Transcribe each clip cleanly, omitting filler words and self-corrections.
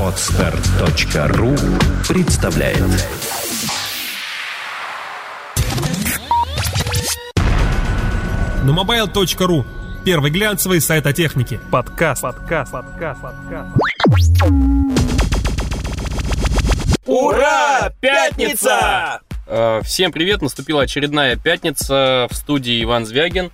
Podster.ru представляет. Numobile.ru. Первый глянцевый сайт о технике. Подкаст. Ура! Пятница! Всем привет, наступила очередная пятница, в студии Иван Звягин.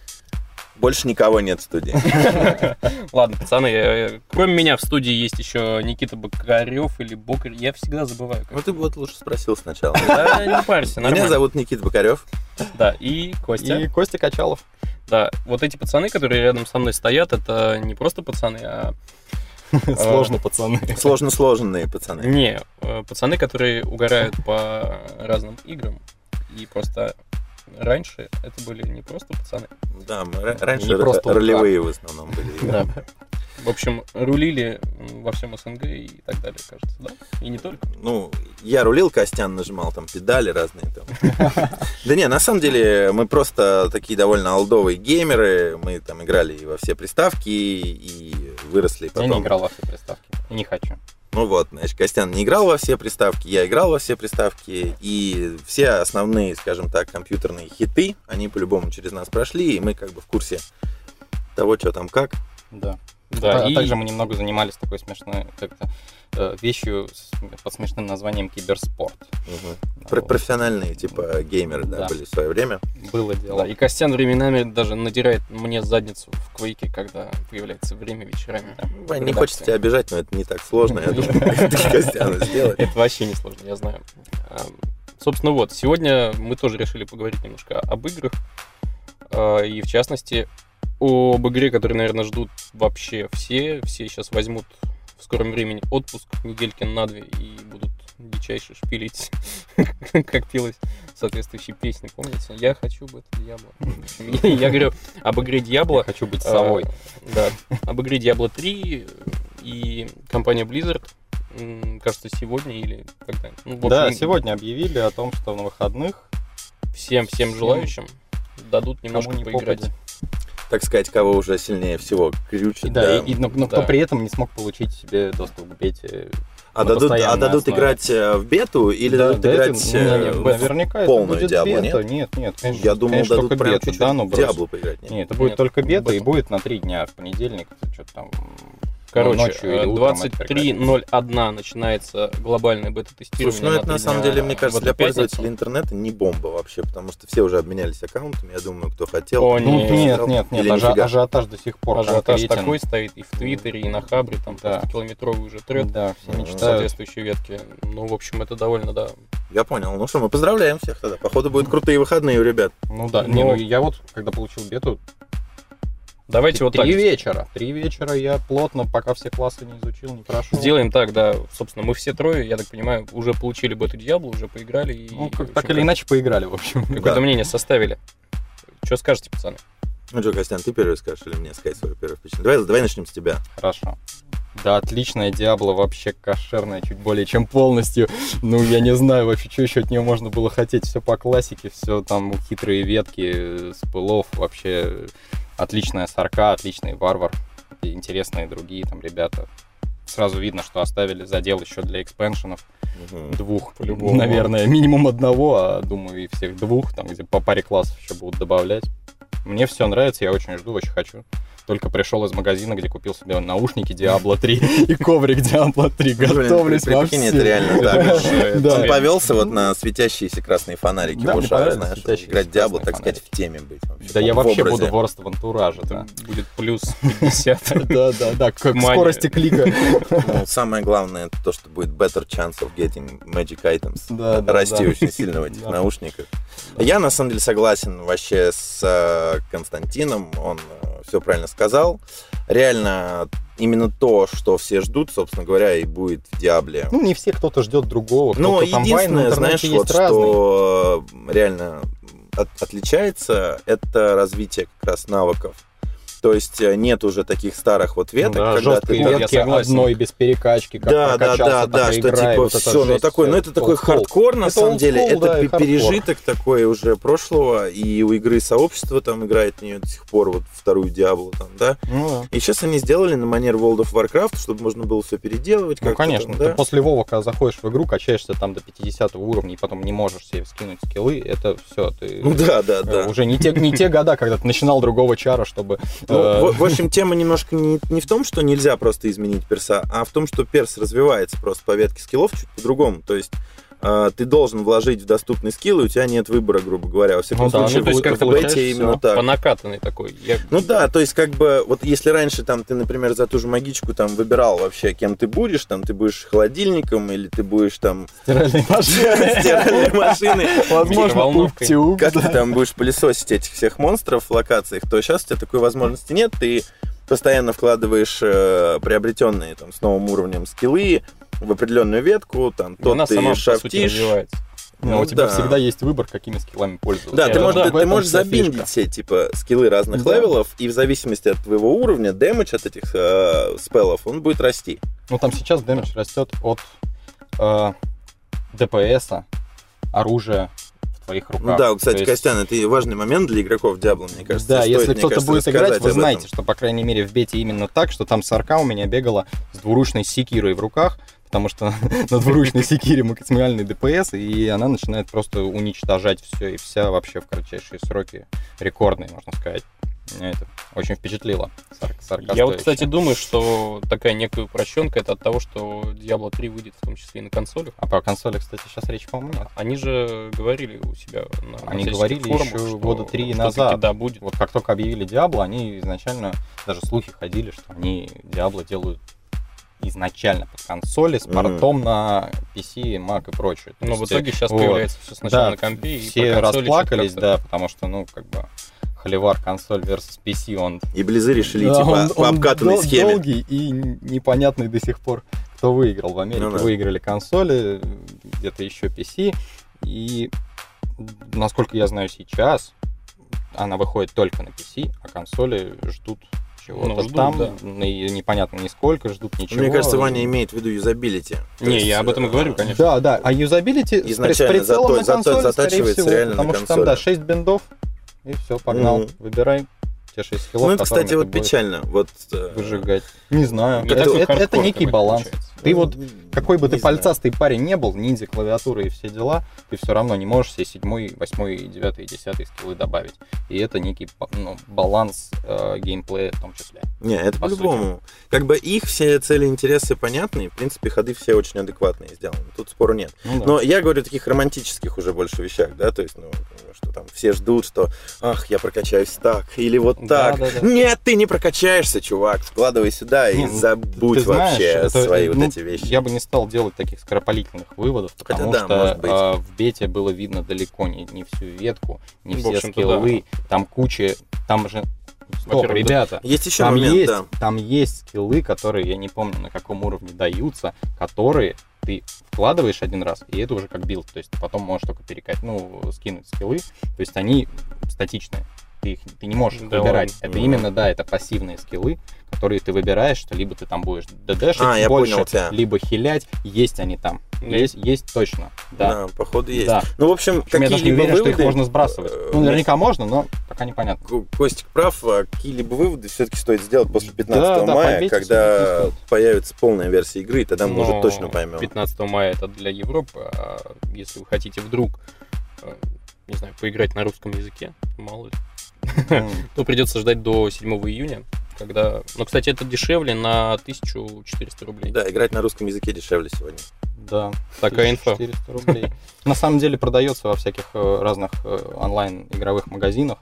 Больше никого нет в студии. Ладно, пацаны, кроме меня в студии есть еще Никита Бокарев или Бокарь, я всегда забываю. Ну ты вот лучше спросил сначала. Да, не парься, нормально. Меня зовут Никита Бокарев. Да, и Костя. И Костя Качалов. Да, вот эти пацаны, которые рядом со мной стоят, это не просто пацаны, а... Сложно, пацаны. Сложно сложенные пацаны. Не, пацаны, которые угорают по разным играм. И просто раньше это были не просто пацаны. Да, мы раньше Не просто ролевые в основном были. Да. В общем, рулили во всем СНГ и так далее, кажется, да? И не только. Ну, я рулил, Костян нажимал там педали разные там. Да не, на самом деле мы просто такие довольно олдовые геймеры. Мы там играли и во все приставки, и выросли потом. Я не играл во все приставки. И не хочу. Ну вот, значит, Костян не играл во все приставки, я играл во все приставки, и все основные, скажем так, компьютерные хиты, они по-любому через нас прошли, и мы как бы в курсе того, что там как. Да. Да, А и... также мы немного занимались такой смешной вещью под смешным названием киберспорт. Профессиональные, типа, геймеры, да, были в свое время. Было дело. Да, и Костян временами даже надирает мне задницу в Квейке, когда появляется время вечерами. Да, Вань, не хочется тебя обижать, но это не так сложно, я думаю, для Костяна сделать. Это вообще не сложно, я знаю. Собственно, вот, сегодня мы тоже решили поговорить немножко об играх, и в частности об игре, которую, наверное, ждут вообще все. Все сейчас возьмут в скором времени отпуск недельки на 2 и будут дичайше шпилить, как пелось в соответствующей песне, помните? Я хочу быть Диабло. Я говорю об игре Диабло. Хочу быть совой. Да, об игре Diablo 3 и компания Blizzard, кажется, сегодня или когда. Да, сегодня объявили о том, что на выходных всем желающим дадут немножко поиграть. Так сказать, кого уже сильнее всего крючат. Да, но кто при этом не смог получить себе доступ к бете. А дадут играть в бету или дадут играть наверняка полную будет Diablo, бета? нет? Нет, конечно. Я думал, дадут только прям бету, чуть-чуть да, но Diablo поиграть. Нет, это будет только бета и будет на 3 дня. В понедельник что-то там... Короче, ночью или утром 23:01 начинается глобальное бета-тестирование. Слушай, ну это на самом деле, мне кажется, для пятницу. пользователей интернета не бомба вообще, потому что все уже обменялись аккаунтами, я думаю, кто хотел. О, Нет, Или нифига? ажиотаж до сих пор Ажиотаж конкретен. такой стоит и в Твиттере, и на Хабре, там Да. просто километровый уже тред. Да, все В мечтают. соответствующей ветке. Ну, в общем, это довольно, да. Я понял. Ну что, мы поздравляем всех тогда. Походу, будут крутые выходные у ребят. Ну да, я вот, когда получил бету, Давайте вот 3 так. вечера. 3 вечера я плотно, пока все классы не изучил, не прошел. Сделаем так, да. Собственно, мы все трое, я так понимаю, уже получили бету Diablo, уже поиграли. И, Ну, в общем, так или иначе поиграли, в общем. какое-то Да. мнение составили. Что скажете, пацаны? Ну что, Костян, ты первый скажешь или мне сказать свое первое впечатление? Давай начнем с тебя. Хорошо. Да, отличная Диабло, вообще кошерная, чуть более чем полностью. Ну, я не знаю вообще, что еще от нее можно было хотеть. Все по классике, все там хитрые ветки с пылов, вообще отличная сорка, отличный варвар, и интересные другие там ребята. Сразу видно, что оставили задел еще для экспеншенов. 2, По-любому. наверное, минимум 1, а думаю и всех 2, там где по паре классов еще будут добавлять. Мне все нравится, я очень жду, очень хочу. Только пришел из магазина, где купил себе наушники Diablo 3 и коврик Diablo 3. Готовлюсь во Прикинь, всем. это реально так. Да. Он повелся вот на светящиеся красные фонарики Да, в мне ушах, понравились знаешь. светящиеся Играть Diablo, красные так сказать, фонарики. в теме быть. Да я в вообще образе. буду ворст в антураже, да. Будет плюс 50. Да, к Мания. скорости клика. Ну, самое главное, это то, что будет better chance of getting magic items. Да, Расти да. очень сильно в этих Да. наушниках. Я, на самом деле, согласен вообще с Константином. Он все правильно сказал. Реально, именно то, что все ждут, собственно говоря, и будет в Диабле. Ну, не все, кто-то ждет другого. Но кто-то там единственное, вайн в знаешь, интернете вот есть разный. что реально отличается, это развитие как раз навыков. То есть нет уже таких старых вот веток, Да, когда жесткие ты... ветки одной без перекачки, как Да, прокачался, так и что играй, типа вот это все, жесть, такой, всё, это такой old school. хардкор на Это самом old деле, school, это да, и хардкор. пережиток такой уже прошлого, и у игры сообщество там играет в нее до сих пор, вот вторую Диаблу там, да. Ну, да. И сейчас они сделали на манер World of Warcraft, чтобы можно было все переделывать. Ну, как-то конечно, там, да? ты после Вова, когда заходишь в игру, качаешься там до 50 уровня, и потом не можешь себе скинуть скиллы, это все, ты Ну да. уже не те года, когда ты начинал другого чара, чтобы... Ну, в общем, тема немножко не в том, что нельзя просто изменить перса, а в том, что перс развивается просто по ветке скиллов чуть по-другому. То есть ты должен вложить в доступный скилл, и у тебя нет выбора, грубо говоря. Во всяком Ну да, случае, ну, то есть, в как-то бете получается именно так. По накатанной такой. Ну да, то есть как бы, вот если раньше там ты, например, за ту же магичку там выбирал вообще, кем ты будешь будешь холодильником, или ты будешь там... Стиральной машиной. Возможно, Микроволновкой. утюг. Как ты там будешь пылесосить этих всех монстров в локациях, то сейчас у тебя такой возможности нет, ты постоянно вкладываешь приобретенные там с новым уровнем скиллы в определенную ветку, там, Она тот ты сама, по сути, шафтишь. развивается. Но у тебя да. всегда есть выбор, какими скиллами пользоваться. Да, ты в можешь вся забиндить фишка. все типа скиллы разных Да. левелов, и в зависимости от твоего уровня дэмэдж от этих спеллов, он будет расти. Ну, там сейчас дэмэдж растет от ДПСа, оружия в твоих руках. Ну да, кстати, То есть, Костян, это важный момент для игроков Диабло, мне кажется. Да, Стоит, если мне кто-то кажется, будет играть, рассказать вы об знаете, этом. что, по крайней мере, в бете именно так, что там Сарка у меня бегала с двуручной секирой в руках, потому что на двуручной секире максимальный ДПС, и она начинает просто уничтожать все и вся вообще в кратчайшие сроки, рекордные, можно сказать. Меня это очень впечатлило. Сарка Я вот, стоящая. кстати, думаю, что такая некая упрощенка это от того, что Diablo 3 выйдет в том числе и на консолях. А про консоли, кстати, сейчас речь, по-моему, нет. Они же говорили у себя на Они всяческих говорили форумах, еще что года 3 что-таки, назад. да, будет. Вот как только объявили Diablo, они изначально, даже слухи ходили, что они Diablo делают изначально под консоли с портом на PC, Mac и прочее. То Но в есть, итоге сейчас вот. появляется все сначала Да, на компе и все по консоли расплакались, что-то да, потому что, ну, как бы, холивар консоль versus PC, он... И Близы решили Да, идти он по обкатанной схеме. долгий и непонятный до сих пор, кто выиграл. В Америке Ну да. выиграли консоли, где-то еще PC, и, насколько я знаю сейчас, она выходит только на PC, а консоли ждут чего-то Ну, ждут, там, да. и непонятно ни сколько, ждут ничего. Мне кажется, Ваня имеет в виду юзабилити. То Не, есть, я об этом и говорю, конечно. Да, да, а юзабилити с Изначально прицелом на зато консоли, скорее затачивается всего, реально на потому что там, консоли. да, 6 биндов, и все, погнал, Мгм. выбирай те 6 скиллов, Ну, это, которыми кстати, ты вот будешь печально. Вот, выжигать. Не знаю, Не это, такой это хардкор некий какой-то баланс. получается. Ты вот, какой бы ты не знаю. пальцастый парень не был, ниндзя, клавиатура и все дела, ты все равно не можешь себе 7, 8, 9, 10 скиллы добавить. И это некий баланс геймплея в том числе. Не, это по по-любому. Как бы их все цели и интересы понятны, и, в принципе, ходы все очень адекватные сделаны. Тут спору нет. Ну да. Но я говорю о таких романтических уже больше вещах, да, то есть, ну, что там все ждут, что, ах, я прокачаюсь так, или вот Да, так. да, да. Нет, ты не прокачаешься, чувак, вкладывай сюда и Не, ну, забудь ты знаешь, вообще это, свои вот ну, эти вещи. Я бы не стал делать таких скоропалительных выводов, Хотя потому да, может что быть. в бете было видно далеко не всю ветку, не В все общем-то, скиллы, там куча, там же... Стоп, Во-первых, да. ребята, Есть еще там момент, есть, да. там есть скиллы, которые, я не помню, на каком уровне даются, которые ты вкладываешь один раз, и это уже как билд, то есть ты потом можешь только скинуть скиллы, то есть они статичные, ты не можешь их Да выбирать. ладно. Это именно, да, это пассивные скиллы, которые ты выбираешь, что либо ты там будешь ДДшить Я больше, понял тебя. либо хилять, есть они там, Да. есть точно, да. Да, походу есть. Да. Ну, в общем, Причем я даже не какие-либо уверен, что их выводы... можно сбрасывать. Ну, наверняка можно, но пока непонятно. Костик прав, какие-либо выводы все-таки стоит сделать после 15 Да, да, мая, побейте когда судить не стоит. появится полная версия игры, и тогда мы уже Но точно поймем. 15 мая это для Европы, а если вы хотите вдруг, не знаю, поиграть на русском языке, мало ли, то придется ждать до 7 июня, когда... Ну, кстати, это дешевле на 1400 рублей. Да, играть на русском языке дешевле сегодня. Да. Такая инфа. 400 рублей. На самом деле продается во всяких разных онлайн-игровых магазинах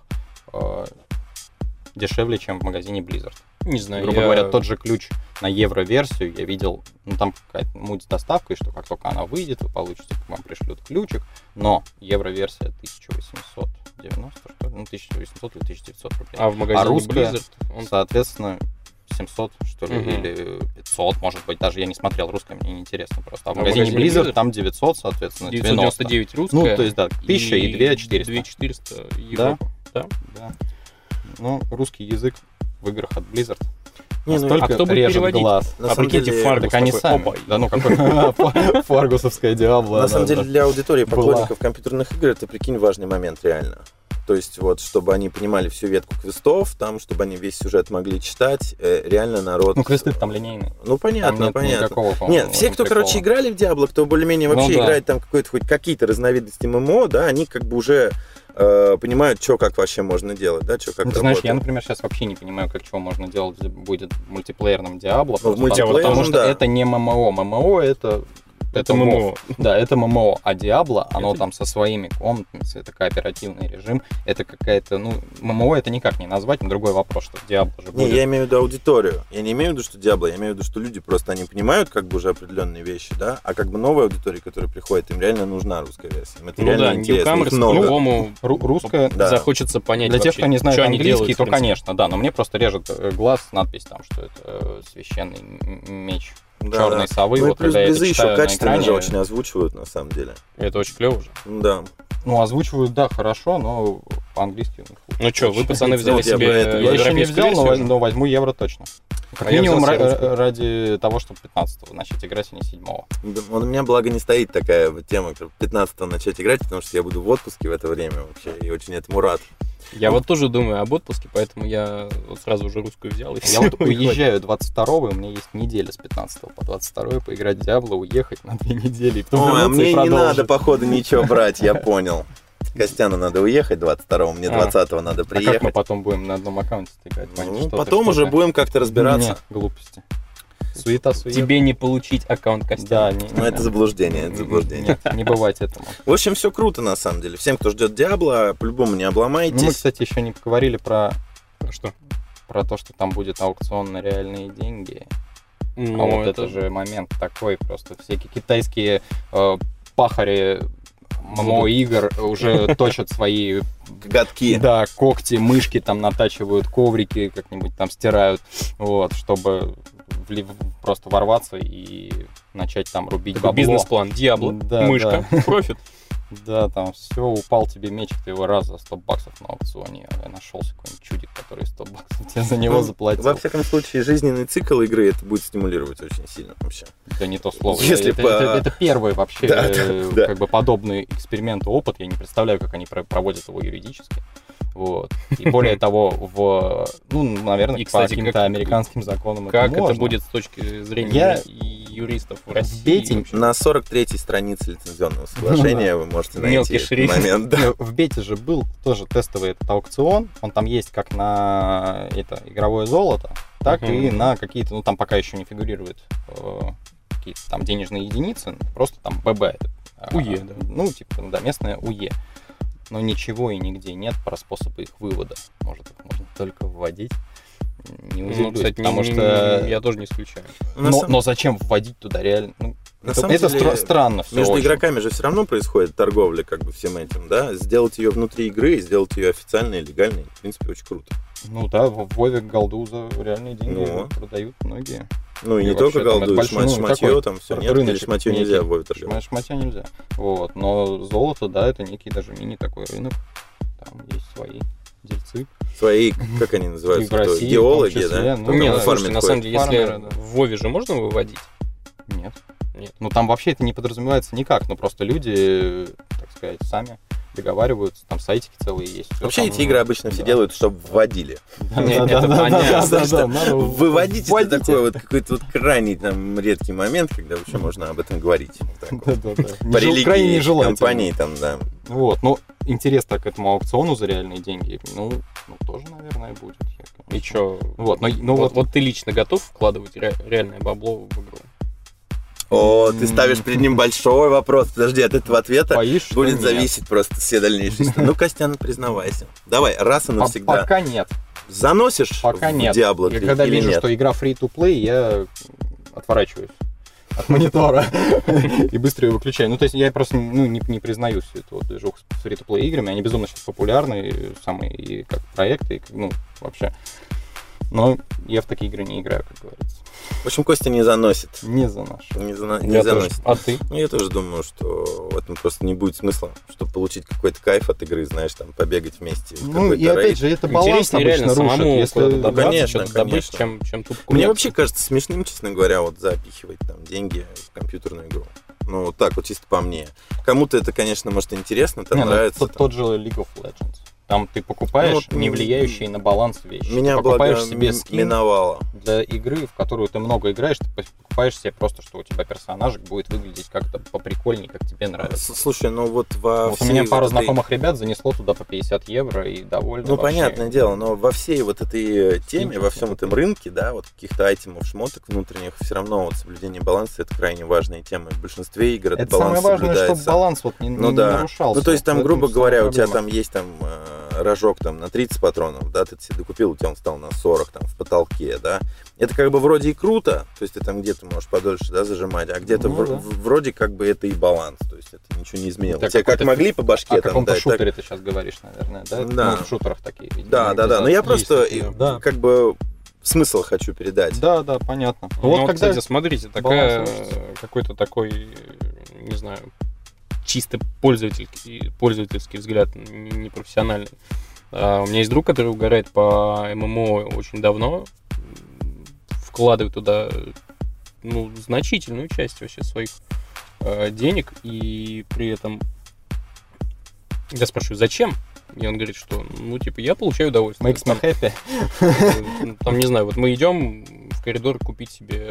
дешевле, чем в магазине Blizzard. Не знаю, Грубо говоря, тот же ключ на евро-версию я видел, ну там какая-то муть с доставкой, что как только она выйдет, вы получите, вам пришлют ключик, но евро-версия 1890, что ли, ну 1800 или 1900 рублей. А в магазине русская, Blizzard он... соответственно, 700, что ли, Мгм. или 500, может быть, даже я не смотрел, русское мне не интересно просто. А в А в магазине магазине Blizzard Blizzard там 900, соответственно, 90. 999 русская. Ну, то есть, да, 1000 и 2400. 2400 Европа. Да? Да. Ну, русский язык в играх от Blizzard. Не, ну, Настолько а кто будет режет переводить? глаз. На А самом прикиньте, деле, Фаргус Так они такой, сами. опа. Да ну какой фаргусовская Диабло. На самом деле, для аудитории была. поклонников компьютерных игр это, прикинь, важный момент реально. То есть вот, чтобы они понимали всю ветку квестов, там, чтобы они весь сюжет могли читать, реально народ... Ну, квесты там линейные. Ну, понятно, Там нет понятно. никакого, по-моему, Нет, все, кто, прикола. короче, играли в Диабло, кто более-менее Ну вообще да. играет там хоть какие-то разновидности ММО, да, они как бы уже понимают, что как вообще можно делать, да, что как Ну, ты знаешь, работает. я, например, сейчас вообще не понимаю, как чего можно делать будет в мультиплеерном Диабло. Ну, в мультиплеерном, потому что да. это не ММО. ММО это ММО. WoW. Да, это ММО. А Диабло, оно Это- там со своими комнатами, это кооперативный режим. Это какая-то, ну, ММО это никак не назвать, но другой вопрос, что в Диабло же Не, будет. я имею в виду аудиторию. Я не имею в виду, что Диабло, я имею в виду, что люди просто, они понимают как бы уже определенные вещи, да, а как бы новая аудитория, которая приходит, им реально нужна русская версия. Им это Ну реально да, интересно, их ньюкамерс много. по-любому Русская, Да. захочется понять для тех, вообще, кто не знает что они английский, делают, в то, принципе. конечно, да, но мне просто режет глаз надпись там, что это священный меч Да, черной да. совы. Ну и Вот плюс когда я это Близы еще читаю на качественно экране, же очень озвучивают, на самом деле. Это очень клево уже. Да. ну, озвучивают, да, хорошо, но по-английски у них лучше. Ну что, вы, пацаны, взяли Вот я себе про это. Я еще не европейскую взял, версию? но возьму евро точно. Как А я минимум взял себе русскую. ради того, чтобы 15-го начать играть, а не 7-го. Да, у меня, благо, не стоит такая вот тема, как 15-го начать играть, потому что я буду в отпуске в это время вообще, и очень этому рад. Я вот тоже думаю об отпуске, поэтому я вот сразу уже русскую взял. И Я вот всё, и хватит. уезжаю 22-го, и у меня есть неделя с 15 по 22 поиграть в Диабло, уехать на 2 недели, и потом Ой, а вернуться мне и не продолжить. надо, походу, ничего брать, я понял. Костяну надо уехать 22-го, мне 20-го надо А как мы приехать. потом будем на одном аккаунте играть? Вань, Ну, что ты, потом что уже ты? будем как-то разбираться. Нет, глупости. Суета. Тебе не получить аккаунт Костяна. Да, Но это заблуждение, это заблуждение. Нет, не бывать этому. В общем, все круто, на самом деле. Всем, кто ждет Диабло, по-любому не Ну, мы, обломайтесь. кстати, еще не поговорили про Что? то, что там будет аукцион на реальные деньги. Ну, А вот это же момент такой, просто всякие китайские пахари ММО-игр уже точат свои Гадки. да, когти, мышки там натачивают, коврики как-нибудь там стирают, вот, чтобы просто ворваться и начать там рубить Такой бабло. бизнес-план. Диабло, Да, мышка, профит. Да, там все, упал тебе мечик, ты его раз за 100 баксов на аукционе, а нашелся какой-нибудь чудик, который 100 баксов тебе за него Ну, заплатил. Во всяком случае, жизненный цикл игры это будет стимулировать очень сильно вообще. Это не то слово. Если это, по- это первый вообще Да, да. как бы подобный эксперимент и опыт. Я не представляю, как они проводят его юридически. Вот. И более того, наверное, И, по кстати, каким-то как- американским законам Как это это можно. будет с точки зрения Я- юристов в России? Бете- вообще? На 43-й странице лицензионного соглашения вы можете найти Мелкий этот шрифт. момент. Да. Ну, в бете же был тоже тестовый этот аукцион. Он там есть как на это игровое золото, так Мгм. и на какие-то, ну там пока еще не фигурируют какие-то там денежные единицы, просто там ББ. УЕ, да. Ну, типа, да, местное УЕ. Но ничего и нигде нет про способы их вывода. Может, их можно только вводить. Не Ну, удивлюсь, кстати, потому что... я тоже не исключаю. На Но, самом- но зачем вводить туда реально? Ну, на это самом это деле, странно все Между очень. игроками же все равно происходит торговля как бы всем этим, да? Сделать ее внутри игры, сделать ее официальной, легальной, в принципе, очень круто. Ну да, в Вове голду за реальные деньги Ну. продают многие. Ну и И не вообще только там это голду, большой, ну, шматье, такой там все нет, или рыночек шматье некий. нельзя в Вове торговать. Шматья нельзя. Вот. Но золото, да, это некий даже мини такой рынок. Там есть свои дельцы. Свои, как они называются, И в России, геологи, в том числе, да? ну, Только Не, да, на ну, фарме слушайте, на ходят. самом деле, если Фармеры, да. в Вове же можно выводить? Нет. Нет. Ну там вообще это не подразумевается никак. Ну просто люди, так сказать, сами договариваются. Там сайтики целые есть. всё Вообще там, эти игры обычно все да. делают, чтобы вводили. Нет, это понятно. надо Выводить это вводите. такой вот какой-то вот крайний там редкий момент, когда вообще можно об этом говорить. Так вот. Да-да-да. По Крайне религии нежелательно. компании там, да. Вот, ну, интерес-то к этому аукциону за реальные деньги, ну тоже, наверное, будет. Я, И конечно. чё? Вот, ну Вот ты лично готов вкладывать реальное бабло в игру? О, ты ставишь перед ним большой вопрос. Подожди, от этого ответа боюсь, что будет нет. зависеть просто все дальнейшие. Ну, Костян, признавайся. Давай, раз и навсегда. Пока нет. Заносишь Пока в нет. Диабло Я ты когда или вижу, нет? что игра free-to-play, я отворачиваюсь от монитора и быстро ее выключаю. Ну, то есть я просто не признаю всю эту вот движуху с free-to-play играми. Они безумно сейчас популярны, самые и как проекты, и, ну, вообще. Но я в такие игры не играю, как говорится. В общем, Костя не заносит. Не заношу. Не Я тоже. заносит. А ты? Ну, я тоже думаю, что в этом просто не будет смысла, чтобы получить какой-то кайф от игры, знаешь, там, побегать вместе. в Ну, какой-то и опять рейд. же, это баланс Интереснее реально обычно рушит. самому Если... куда-то добраться, конечно, что-то добыть, конечно. чем тут Мне вообще кажется смешным, честно говоря, вот запихивать там деньги в компьютерную игру. Ну, вот так вот, чисто по мне. Кому-то это, конечно, может интересно, там Не, ну, нравится. тот же League of Legends. Там ты покупаешь Ну, вот, не влияющие на баланс вещи. Меня, Ты покупаешь благо, себе скин миновало. для игры, в которую ты много играешь, ты покупаешь себе просто, что у тебя персонажик будет выглядеть как-то поприкольнее, как тебе нравится. Слушай, ну вот во Вот у всей меня вот пару этой- знакомых ребят занесло туда по 50 евро и довольны Ну, вообще. понятное дело, но во всей вот этой теме, Скинчик во всем вот этом рынке, да, вот каких-то айтемов, шмоток внутренних, все равно вот соблюдение баланса — это крайне важная тема. В большинстве игр этот Это баланс самое важное, чтобы соблюдается. баланс вот не нарушался. Ну, то есть там, В этом грубо вся говоря, у тебя проблема. там есть там рожок там на 30 патронов, да, ты себе докупил, у тебя он стал на 40 там в потолке, да. Это как бы вроде и круто, то есть ты там где-то можешь подольше, да, зажимать, а где-то Ну, да. вроде как бы это и баланс, то есть это ничего не изменило. Это Тебе как какой-то могли по башке О там каком-то дать, так- шутере ты сейчас говоришь, наверное, да? Да. Ну, в шутерах такие. видимо, Да. Но я есть просто такие. Да. как бы смысл хочу передать. Да, понятно. Ну, Вот вот, когда кстати, смотрите, баланс рушится. какой-то такой, не знаю, чисто пользовательский взгляд, непрофессиональный. У меня есть друг, который угорает по ММО очень давно, вкладывает туда значительную часть вообще своих денег, и при этом я спрашиваю, зачем? И он говорит, что, я получаю удовольствие. Makes me happy. Там, не знаю, вот мы идем в коридор купить себе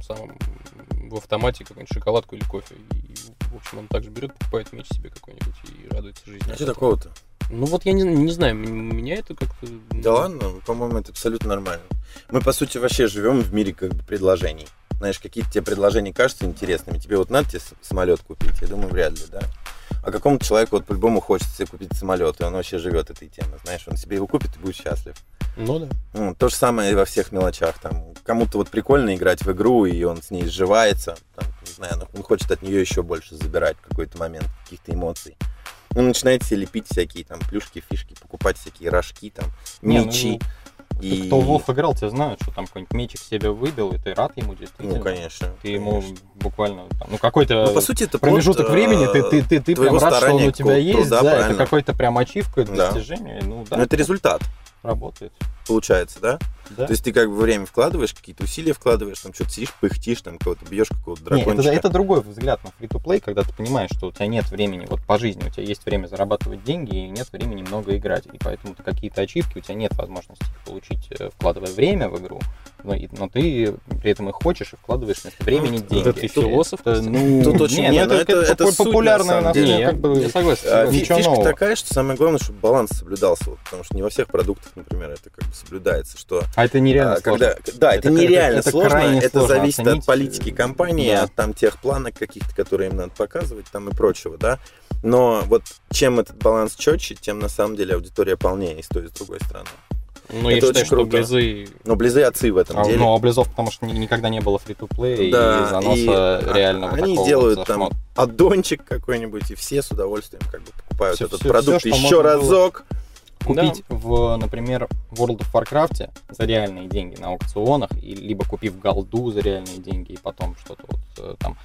в автомате какую-нибудь шоколадку или кофе. И, в общем, он также берет, покупает меч себе какой-нибудь и радуется жизни. А что такого-то? Я не знаю, меня это как-то... Да ладно, по-моему, это абсолютно нормально. Мы, по сути, вообще живем в мире как бы предложений. Знаешь, какие-то тебе предложения кажутся интересными. Тебе вот надо тебе самолет купить? Я думаю, вряд ли, да. А какому-то человеку вот по-любому хочется себе купить самолет, и он вообще живет этой темой. Знаешь, он себе его купит и будет счастлив. Ну да. То же самое и во всех мелочах. Там, кому-то вот прикольно играть в игру, и он с ней сживается. Там, не знаю, он хочет от нее еще больше забирать в какой-то момент каких-то эмоций. Начинаете себе лепить всякие там плюшки, фишки, покупать всякие рожки, там, мечи. Ты, кто в WoW играл, те знают, что там какой-нибудь мечик себе выбил, и ты рад ему действительно. Ну, конечно. Ты ему буквально какой-то по сути, это промежуток времени, ты прям рад, что он у тебя есть, труда, да, правильно. это какой-то прям ачивка, Да. достижение, Но это результат, работает. получается, да? Да. То есть ты как бы время вкладываешь, какие-то усилия вкладываешь, там что-то сидишь, пыхтишь, там кого-то бьешь, какого-то Не, дракончика. это другой взгляд на фри-то-плей, когда ты понимаешь, что у тебя нет времени, вот по жизни у тебя есть время зарабатывать деньги и нет времени много играть, и поэтому какие-то ачивки у тебя нет возможности их получить, вкладывая время в игру, но ты при этом их хочешь и вкладываешь вместо времени деньги. ты философ, Тут очень нет, это суть, популярная на у нас, самом деле. я как бы, я согласен. ничего Фишка нового. такая, что самое главное, чтобы баланс соблюдался, вот, потому что не во всех продуктах, например, это как бы соблюдается, что А это нереально сложно. это нереально сложно, крайне это сложно зависит оценить. от политики компании, Да. от там тех планок каких-то, которые им надо показывать, там и прочего, да. Но вот чем этот баланс четче, тем на самом деле аудитория полнее и с той, и с другой стороны. Но я это считаю, очень что круто. Близы... Но Близы отцы в этом деле. Ну, а Близов, потому что никогда не было фри-то-плея Да, и заноса и реального они такого делают вот там зашмот. аддончик какой-нибудь, и все с удовольствием как бы покупают Всё, этот всё, продукт всё, что еще можно было. разок. Купить например, World of Warcraft за реальные деньги на аукционах, либо купив голду за реальные деньги, и потом что-то вот там,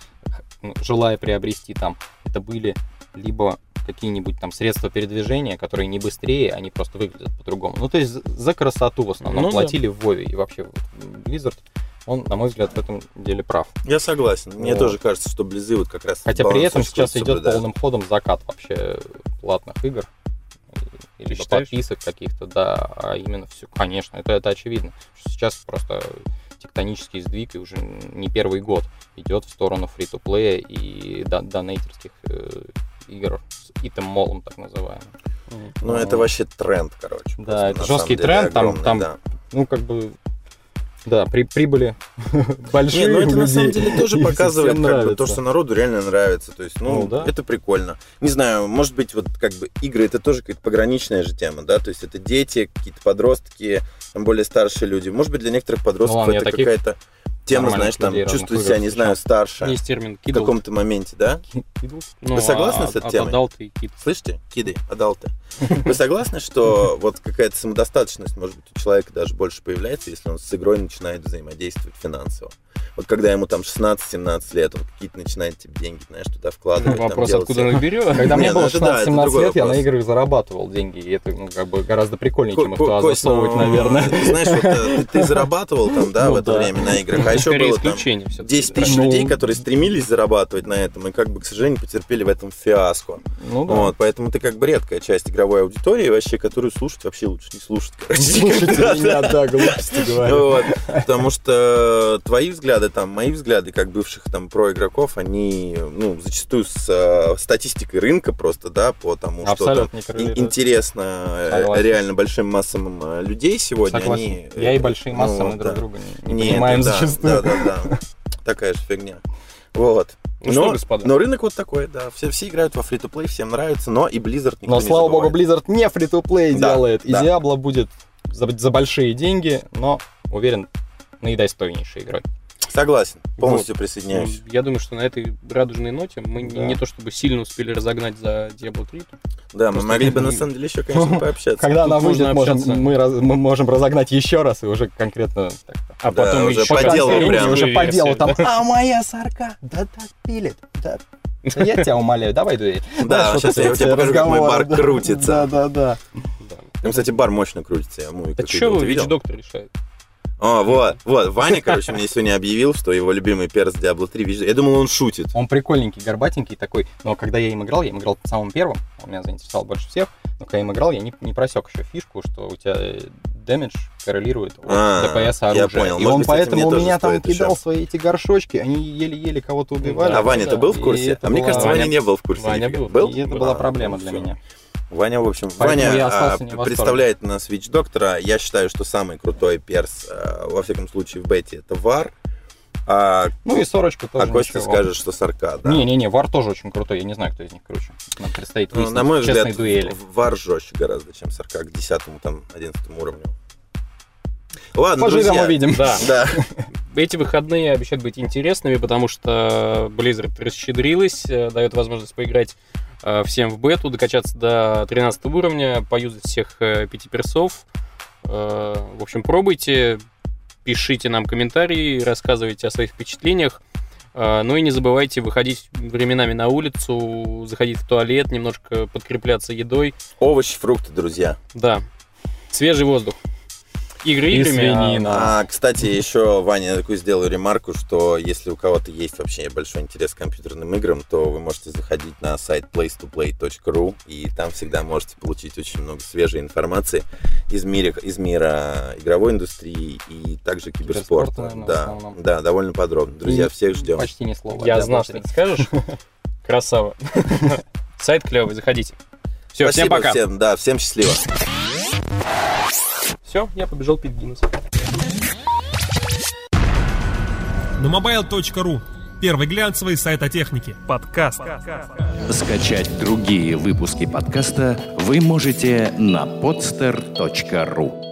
желая приобрести там, это были либо какие-нибудь там средства передвижения, которые не быстрее, они просто выглядят по-другому. Ну, то есть за красоту в основном платили в Вове, и вообще вот Blizzard, он, на мой взгляд, в этом деле прав. Я согласен. Мне Вот. тоже кажется, что Близы вот как раз... Хотя баланс при этом очень сейчас круто идет соблюдают. полным ходом закат вообще платных игр. Или считаешь? подписок каких-то, да, а именно все, конечно, это очевидно. Сейчас просто тектонический сдвиг, и уже не первый год идет в сторону фри-то-плея и донейтерских игр с итем-молом, так называемым. Ну, это вообще тренд, короче. Да, просто, это на жесткий самом деле, тренд, огромный, там, да. ну, как бы, да, прибыли большие Не, ну это у на самом людей, деле тоже и показывает всем как бы, нравится. то, что народу реально нравится. То есть, Ну, да. это прикольно. Не знаю, может быть, вот как бы игры это тоже какая-то пограничная же тема, да? То есть это дети, какие-то подростки, там более старшие люди. Может быть, для некоторых подростков ладно, я это таких какая-то система, знаешь, там чувствует себя, не знаю, старше. Есть термин в каком-то моменте, да? Вы согласны с этой темой? Адалты и кид. Слышите? Киды, адалты. Вы согласны, что вот какая-то самодостаточность, может быть, у человека даже больше появляется, если он с игрой начинает взаимодействовать финансово? Вот когда ему там 16-17 лет, он какие-то начинает тебе деньги, знаешь, туда вкладывать. Вопрос, откуда он их берет? Когда мне было 16-17 лет, я на играх зарабатывал деньги, и это как бы гораздо прикольнее, чем их туда засовывать, наверное. Знаешь, вот ты зарабатывал там, да, в это время на играх, а еще было там 10 тысяч людей, которые стремились зарабатывать на этом, и как бы, к сожалению, потерпели в этом фиаско. Вот, поэтому ты как бы редкая часть игровой аудитории вообще, которую слушать вообще лучше не слушать, короче. Слушайте меня, да, глупости говорю. Потому что твои взгляды, там, мои взгляды, как бывших там проигроков, они, ну, зачастую с статистикой рынка просто, да, по тому, что там интересно реально большим массам людей сегодня. Согласен. Я и большие массы, мы друг друга не понимаем зачастую. Да. Такая же фигня. Вот. Но рынок вот такой, да. Все играют во фри-то-плей, всем нравится, но и Blizzard никто не забывает. Но, слава богу, Blizzard не фри-то-плей делает. И Diablo будет за большие деньги, но, уверен, наедостойнейшей игрой. Согласен, полностью присоединяюсь. Я думаю, что на этой радужной ноте мы не то чтобы сильно успели разогнать за Diablo 3. Да, мы могли бы на самом деле еще, конечно, пообщаться. Когда она выйдет, мы можем разогнать еще раз и уже конкретно... А потом уже по делу прям. Уже по делу там, а моя сарка, да так пилит, да. Я тебя умоляю, давай дуэль. Да, сейчас я тебе покажу, как мой бар крутится. Да. Там, кстати, бар мощно крутится. А что Вич-доктор решает? Вот, Ваня, короче, мне сегодня объявил, что его любимый перс Diablo 3, я думал, он шутит. Он прикольненький, горбатенький такой, но когда я им играл самым первым, он меня заинтересовал больше всех, но когда я им играл, я не просек еще фишку, что у тебя дэмидж коррелирует от ДПС оружия. Я понял. И он поэтому у меня там кидал свои эти горшочки, они еле-еле кого-то убивали. А Ваня, ты был в курсе? А мне кажется, Ваня не был в курсе. Ваня был. И это была проблема для меня. Ваня, в общем, Ваня представляет на Switch доктора. Я считаю, что самый крутой перс, во всяком случае, в бете, это Вар. И сорочку тоже. А Костя скажет, что Сарка, да? Не, Вар тоже очень крутой. Я не знаю, кто из них круче. Нам предстоит выяснить на мой взгляд, дуэли. Вар жестче гораздо, чем Сарка к 10-му, там, 11-му уровню. Ладно, поживем, друзья. увидим. Да. Эти выходные обещают быть интересными, потому что Blizzard расщедрилась, дает возможность поиграть всем в бету, докачаться до 13 уровня, поюзать всех 5 персов. В общем, пробуйте, пишите нам комментарии, рассказывайте о своих впечатлениях. Ну и не забывайте выходить временами на улицу, заходить в туалет, немножко подкрепляться едой. Овощи, фрукты, друзья. Да. Свежий воздух. Игры и играми. свинина. Кстати, еще, Ваня, я такую сделаю ремарку, что если у кого-то есть вообще большой интерес к компьютерным играм, то вы можете заходить на сайт placetoplay.ru, и там всегда можете получить очень много свежей информации из мира игровой индустрии и также киберспорта. Да, довольно подробно. Друзья, всех ждем. Почти ни слова. Я знал, что ты скажешь. Красава. Сайт клевый, заходите. Все, всем пока. Всем счастливо. Все, я побежал пить Гиннес. На mobile.ru. Первый глянцевый сайт о технике. Подкаст. Скачать другие выпуски подкаста вы можете на podster.ru.